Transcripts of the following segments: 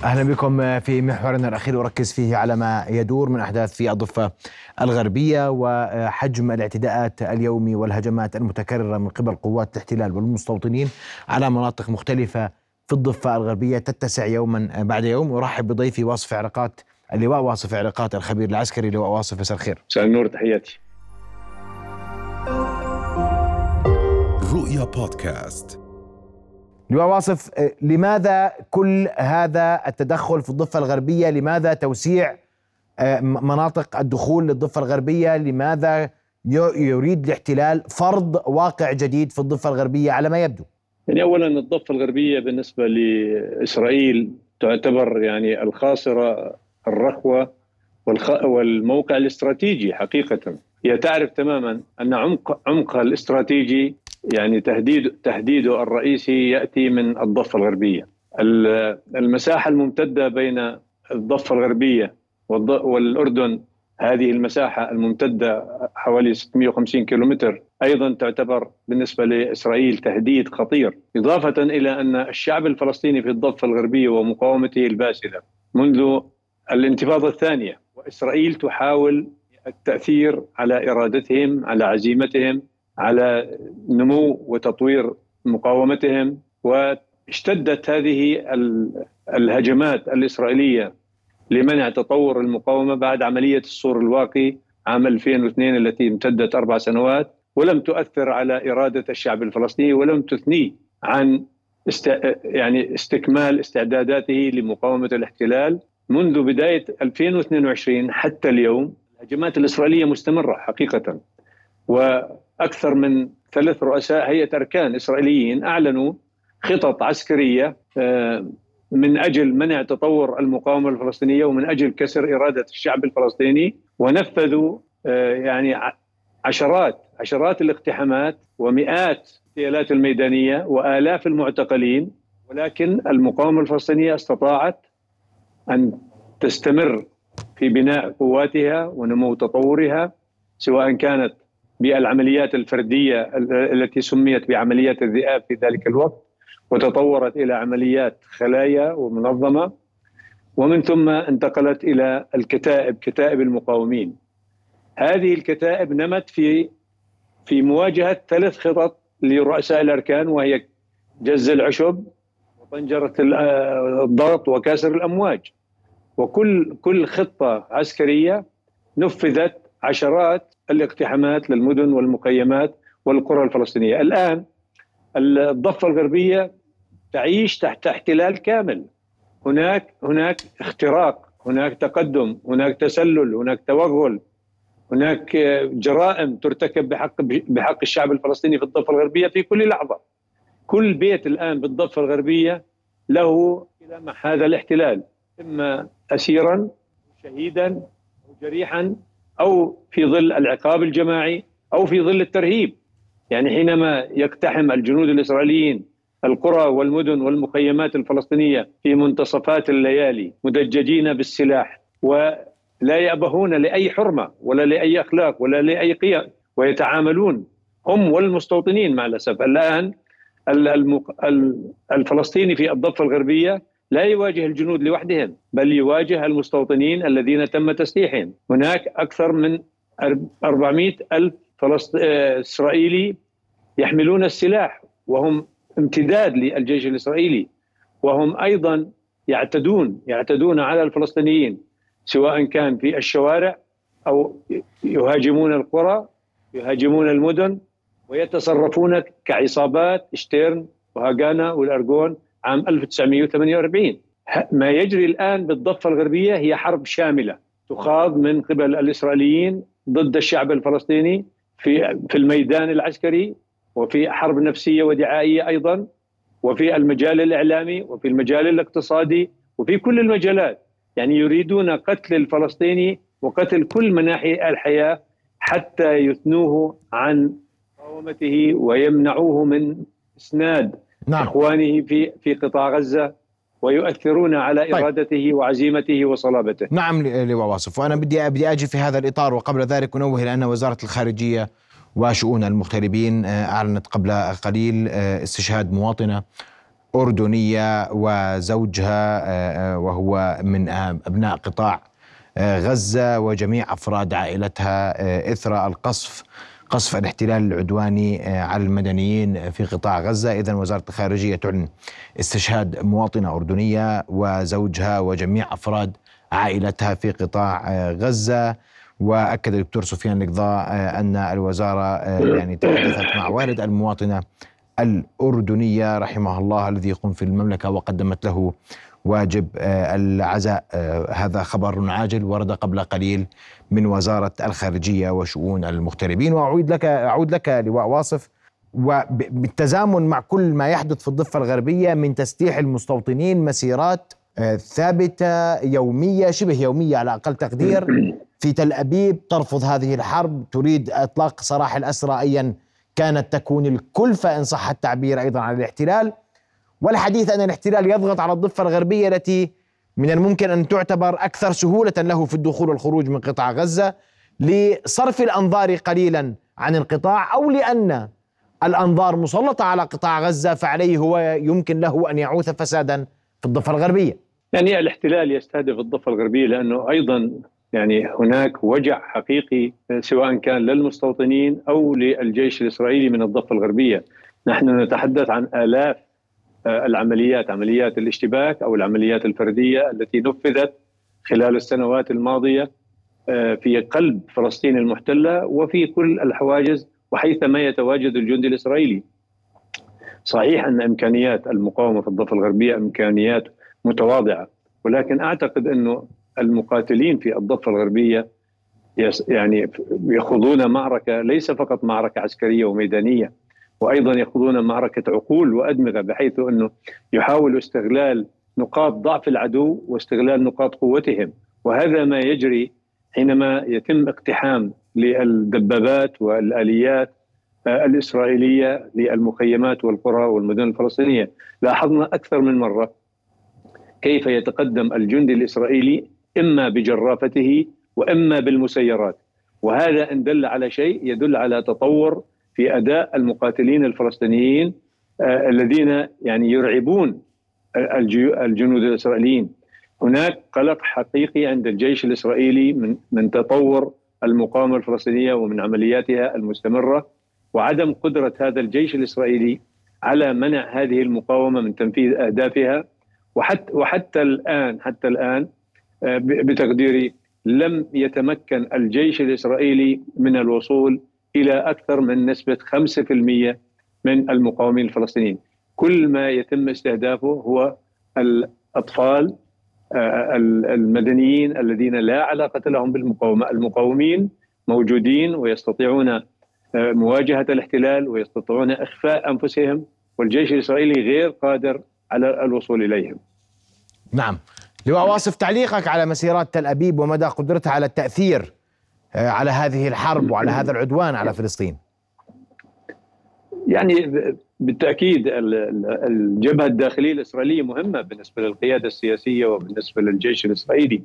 أهلا بكم في محورنا الأخير، وركز فيه على ما يدور من أحداث في الضفة الغربية وحجم الاعتداءات اليومي والهجمات المتكررة من قبل قوات الاحتلال والمستوطنين على مناطق مختلفة في الضفة الغربية تتسع يوما بعد يوم. أرحب بضيفي واصف علاقات اللواء واصف علاقات الخبير العسكري لواء واصف. مساء الخير. مساء النور، تحياتي. رؤيا بودكاست. لواء واصف، لماذا كل هذا التدخل في الضفة الغربية؟ لماذا توسيع مناطق الدخول للضفة الغربية؟ لماذا يريد الاحتلال فرض واقع جديد في الضفة الغربية على ما يبدو؟ يعني أولا الضفة الغربية بالنسبة لإسرائيل تعتبر يعني الخاصرة الرخوة والموقع الاستراتيجي. حقيقة هي تعرف تماما أن عمقها الاستراتيجي يعني تهديده الرئيسي يأتي من الضفة الغربية. المساحة الممتدة بين الضفة الغربية والأردن، هذه المساحة الممتدة حوالي 650 كيلومتر، أيضا تعتبر بالنسبة لإسرائيل تهديد خطير، إضافة إلى أن الشعب الفلسطيني في الضفة الغربية ومقاومته الباسلة منذ الانتفاضة الثانية، وإسرائيل تحاول التأثير على إرادتهم، على عزيمتهم، على نمو وتطوير مقاومتهم. واشتدت هذه الهجمات الإسرائيلية لمنع تطور المقاومة بعد عملية السور الواقي عام 2002 التي امتدت 4 سنوات، ولم تؤثر على إرادة الشعب الفلسطيني، ولم تثنيه عن استكمال استعداداته لمقاومة الاحتلال. منذ بداية 2022 حتى اليوم الهجمات الإسرائيلية مستمرة حقيقة، وأكثر من 3 رؤساء هيئة أركان إسرائيليين أعلنوا خطط عسكرية من أجل منع تطور المقاومة الفلسطينية ومن أجل كسر إرادة الشعب الفلسطيني، ونفذوا يعني عشرات الاقتحامات ومئات الاغتيالات الميدانية وآلاف المعتقلين. ولكن المقاومة الفلسطينية استطاعت أن تستمر في بناء قواتها ونمو تطورها، سواء كانت بالعمليات الفردية التي سميت بعمليات الذئاب في ذلك الوقت، وتطورت إلى عمليات خلايا ومنظمة، ومن ثم انتقلت إلى كتائب المقاومين. هذه الكتائب نمت في مواجهة 3 خطط لرؤساء الأركان، وهي جز العشب وطنجرة الضغط وكسر الأمواج. وكل خطة عسكرية نفذت عشرات الاقتحامات للمدن والمخيمات والقرى الفلسطينية. الآن الضفة الغربية تعيش تحت احتلال كامل. هناك اختراق، هناك تقدم، هناك تسلل، هناك توغل، هناك جرائم ترتكب بحق الشعب الفلسطيني في الضفة الغربية في كل لحظة. كل بيت الآن بالضفة الغربية له مع هذا الاحتلال، إما أسيرا شهيدا أو جريحا، أو في ظل العقاب الجماعي، أو في ظل الترهيب. يعني حينما يقتحم الجنود الإسرائيليين القرى والمدن والمخيمات الفلسطينية في منتصفات الليالي مدججين بالسلاح، ولا يأبهون لأي حرمة ولا لأي أخلاق ولا لأي قيم، ويتعاملون هم والمستوطنين. مع الأسف الآن الفلسطيني في الضفة الغربية لا يواجه الجنود لوحدهم، بل يواجه المستوطنين الذين تم تسليحهم. هناك أكثر من 400 ألف إسرائيلي يحملون السلاح، وهم امتداد للجيش الإسرائيلي، وهم أيضا يعتدون على الفلسطينيين، سواء كان في الشوارع أو يهاجمون القرى، يهاجمون المدن، ويتصرفون كعصابات شتيرن وهاغانا والأرغون عام 1948. ما يجري الآن بالضفة الغربية هي حرب شاملة تخاض من قبل الإسرائيليين ضد الشعب الفلسطيني في الميدان العسكري، وفي حرب نفسية ودعائية أيضا، وفي المجال الإعلامي، وفي المجال الاقتصادي، وفي كل المجالات. يعني يريدون قتل الفلسطيني وقتل كل مناحي الحياة حتى يثنوه عن مقاومته ويمنعوه من إسناد إخوانه في قطاع غزة، ويؤثرون على إرادته وعزيمته وصلابته. نعم لواء واصف، وأنا بدي أجي في هذا الإطار. وقبل ذلك أنوه لأن وزارة الخارجية وشؤون المغتربين أعلنت قبل قليل استشهاد مواطنة أردنية وزوجها وهو من أبناء قطاع غزة وجميع أفراد عائلتها إثر قصف الاحتلال العدواني على المدنيين في قطاع غزة. إذن وزارة الخارجية تعلن استشهاد مواطنة أردنية وزوجها وجميع أفراد عائلتها في قطاع غزة. وأكد الدكتور سفيان القضاء أن الوزارة يعني تحدثت مع والد المواطنة الأردنية رحمه الله الذي يقوم في المملكة وقدمت له واجب العزاء. هذا خبر عاجل ورد قبل قليل من وزارة الخارجية وشؤون المغتربين. أعود لك لواء واصف، وبالتزامن مع كل ما يحدث في الضفة الغربية من تسليح المستوطنين، مسيرات ثابتة يومية شبه يومية على أقل تقدير في تل أبيب ترفض هذه الحرب، تريد إطلاق سراح الأسرى أيا كانت تكون الكلفة إن صح التعبير أيضا على الاحتلال، والحديث أن الاحتلال يضغط على الضفة الغربية التي من الممكن أن تعتبر أكثر سهولة له في الدخول والخروج من قطاع غزة، لصرف الأنظار قليلا عن القطاع، أو لأن الأنظار مسلطة على قطاع غزة فعليه هو يمكن له أن يعوث فسادا في الضفة الغربية. يعني الاحتلال يستهدف الضفة الغربية لأنه أيضا يعني هناك وجع حقيقي سواء كان للمستوطنين أو للجيش الإسرائيلي من الضفة الغربية. نحن نتحدث عن آلاف العمليات، عمليات الاشتباك أو العمليات الفردية التي نفذت خلال السنوات الماضية في قلب فلسطين المحتلة وفي كل الحواجز وحيثما يتواجد الجندي الإسرائيلي. صحيح أن إمكانيات المقاومة في الضفة الغربية إمكانيات متواضعة، ولكن أعتقد أنه المقاتلين في الضفة الغربية يعني يخوضون معركة ليس فقط معركة عسكرية وميدانية، وأيضا يخوضون معركة عقول وأدمغة، بحيث أنه يحاول استغلال نقاط ضعف العدو واستغلال نقاط قوتهم. وهذا ما يجري حينما يتم اقتحام للدبابات والآليات الإسرائيلية للمخيمات والقرى والمدن الفلسطينية. لاحظنا أكثر من مرة كيف يتقدم الجندي الإسرائيلي إما بجرافته وإما بالمسيرات، وهذا إن دل على شيء يدل على تطور في أداء المقاتلين الفلسطينيين الذين يعني يرعبون الجنود الإسرائيليين. هناك قلق حقيقي عند الجيش الإسرائيلي من تطور المقاومة الفلسطينية ومن عملياتها المستمرة، وعدم قدرة هذا الجيش الإسرائيلي على منع هذه المقاومة من تنفيذ أهدافها. وحتى الآن بتقديري لم يتمكن الجيش الإسرائيلي من الوصول إلى أكثر من نسبة 5% من المقاومين الفلسطينيين. كل ما يتم استهدافه هو الأطفال المدنيين الذين لا علاقة لهم بالمقاومة. المقاومين موجودين ويستطيعون مواجهة الاحتلال ويستطيعون إخفاء أنفسهم، والجيش الإسرائيلي غير قادر على الوصول إليهم. نعم. لواء واصف، تعليقك على مسيرات تل أبيب ومدى قدرتها على التأثير على هذه الحرب وعلى هذا العدوان على فلسطين. يعني بالتأكيد الجبهة الداخلية الإسرائيلية مهمة بالنسبة للقيادة السياسية وبالنسبة للجيش الإسرائيلي.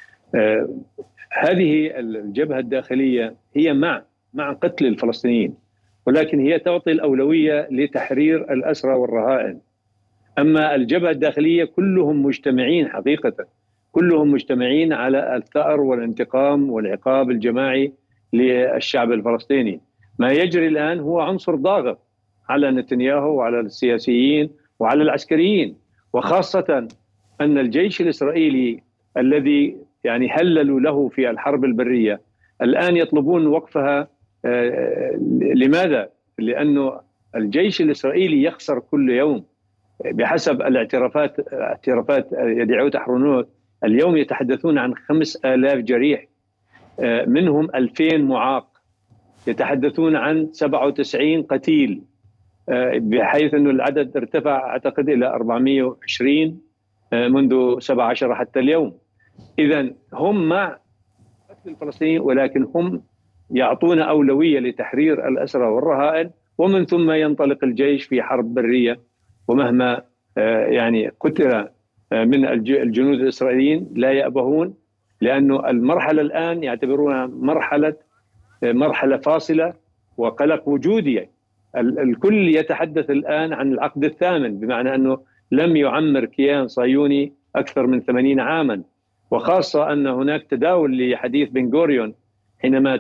هذه الجبهة الداخلية هي مع قتل الفلسطينيين، ولكن هي تعطي الأولوية لتحرير الأسرى والرهائن. أما الجبهة الداخلية كلهم مجتمعين حقيقة، كلهم مجتمعين على الثأر والانتقام والعقاب الجماعي للشعب الفلسطيني. ما يجري الآن هو عنصر ضاغط على نتنياهو وعلى السياسيين وعلى العسكريين، وخاصة أن الجيش الإسرائيلي الذي يعني هللوا له في الحرب البرية الآن يطلبون وقفها. لماذا؟ لأنه الجيش الإسرائيلي يخسر كل يوم بحسب اعترافات يدعو تحرنوت. اليوم يتحدثون عن 5000 جريح، منهم 2000 معاق، يتحدثون عن 97 قتيل، بحيث أنه العدد ارتفع أعتقد إلى 420 منذ 17 حتى اليوم. إذن هم مع قتل الفلسطينيين، ولكن هم يعطون أولوية لتحرير الأسرى والرهائن، ومن ثم ينطلق الجيش في حرب برية. ومهما يعني قتل من الجنود الإسرائيليين لا يأبهون، لأنه المرحلة الآن يعتبرونها مرحلة فاصلة وقلق وجودي. الكل يتحدث الآن عن العقد الثامن، بمعنى أنه لم يعمر كيان صهيوني أكثر من 80 عاما، وخاصة أن هناك تداول لحديث بن غوريون حينما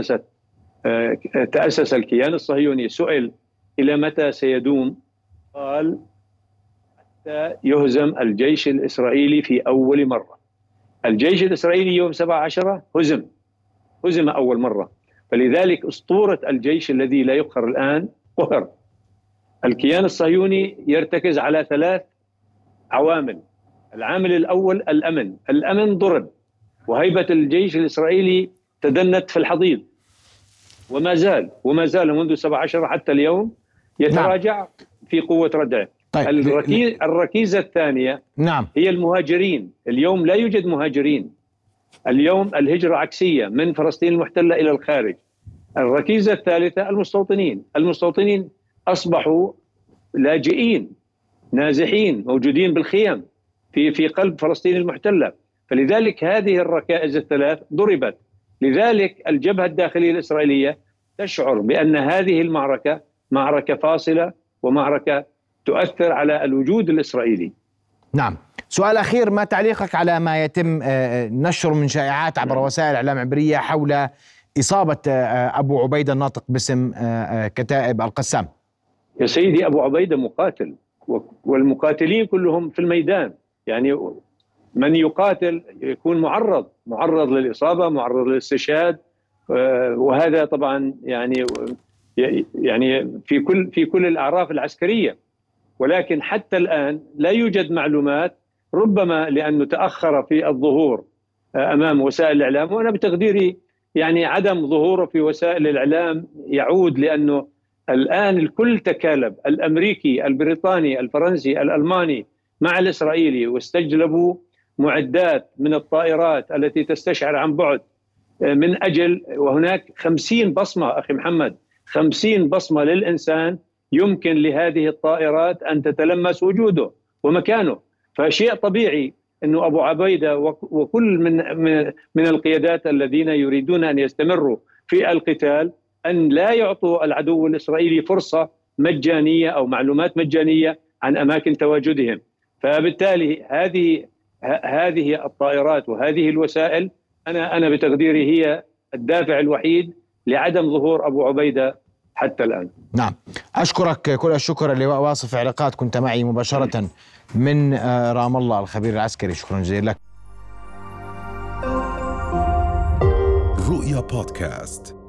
تأسس الكيان الصهيوني، سئل إلى متى سيدوم؟ قال حتى يهزم الجيش الإسرائيلي في أول مرة. الجيش الإسرائيلي يوم 17 هزم أول مرة، فلذلك أسطورة الجيش الذي لا يقهر الآن قهر. الكيان الصهيوني يرتكز على 3 عوامل. العامل الأول الأمن ضرب، وهيبة الجيش الإسرائيلي تدنت في الحضيض، وما زال منذ 17 حتى اليوم يتراجع في قوة ردعه. طيب. الركيزة الثانية هي المهاجرين. اليوم لا يوجد مهاجرين، اليوم الهجرة عكسية من فلسطين المحتلة إلى الخارج. الركيزة الثالثة المستوطنين أصبحوا لاجئين نازحين موجودين بالخيام في قلب فلسطين المحتلة، فلذلك هذه الركائز الثلاث ضربت. لذلك الجبهة الداخلية الإسرائيلية تشعر بأن هذه المعركة معركة فاصلة ومعركة تؤثر على الوجود الإسرائيلي. نعم. سؤال أخير، ما تعليقك على ما يتم نشر من شائعات عبر وسائل الإعلام العبرية حول إصابة أبو عبيدة الناطق باسم كتائب القسام؟ يا سيدي، أبو عبيدة مقاتل، والمقاتلين كلهم في الميدان. يعني من يقاتل يكون معرض للإصابة، معرض للاستشهاد، وهذا طبعا يعني في كل الأعراف العسكرية. ولكن حتى الآن لا يوجد معلومات، ربما لأنه تأخر في الظهور أمام وسائل الإعلام، وأنا بتقديري يعني عدم ظهوره في وسائل الإعلام يعود لأنه الآن الكل تكالب، الأمريكي، البريطاني، الفرنسي، الألماني مع الإسرائيلي، واستجلبوا معدات من الطائرات التي تستشعر عن بعد من أجل، وهناك 50 بصمة أخي محمد، 50 بصمة للإنسان يمكن لهذه الطائرات أن تتلمس وجوده ومكانه. فشيء طبيعي أنه أبو عبيدة وكل من القيادات الذين يريدون أن يستمروا في القتال أن لا يعطوا العدو الإسرائيلي فرصة مجانية أو معلومات مجانية عن أماكن تواجدهم. فبالتالي هذه الطائرات وهذه الوسائل أنا بتقديري هي الدافع الوحيد لعدم ظهور أبو عبيدة حتى الآن. نعم، أشكرك كل الشكر اللواء واصف علاقات، كنت معي مباشرة من رام الله الخبير العسكري. شكرا جزيلا لك. رؤيا بودكاست.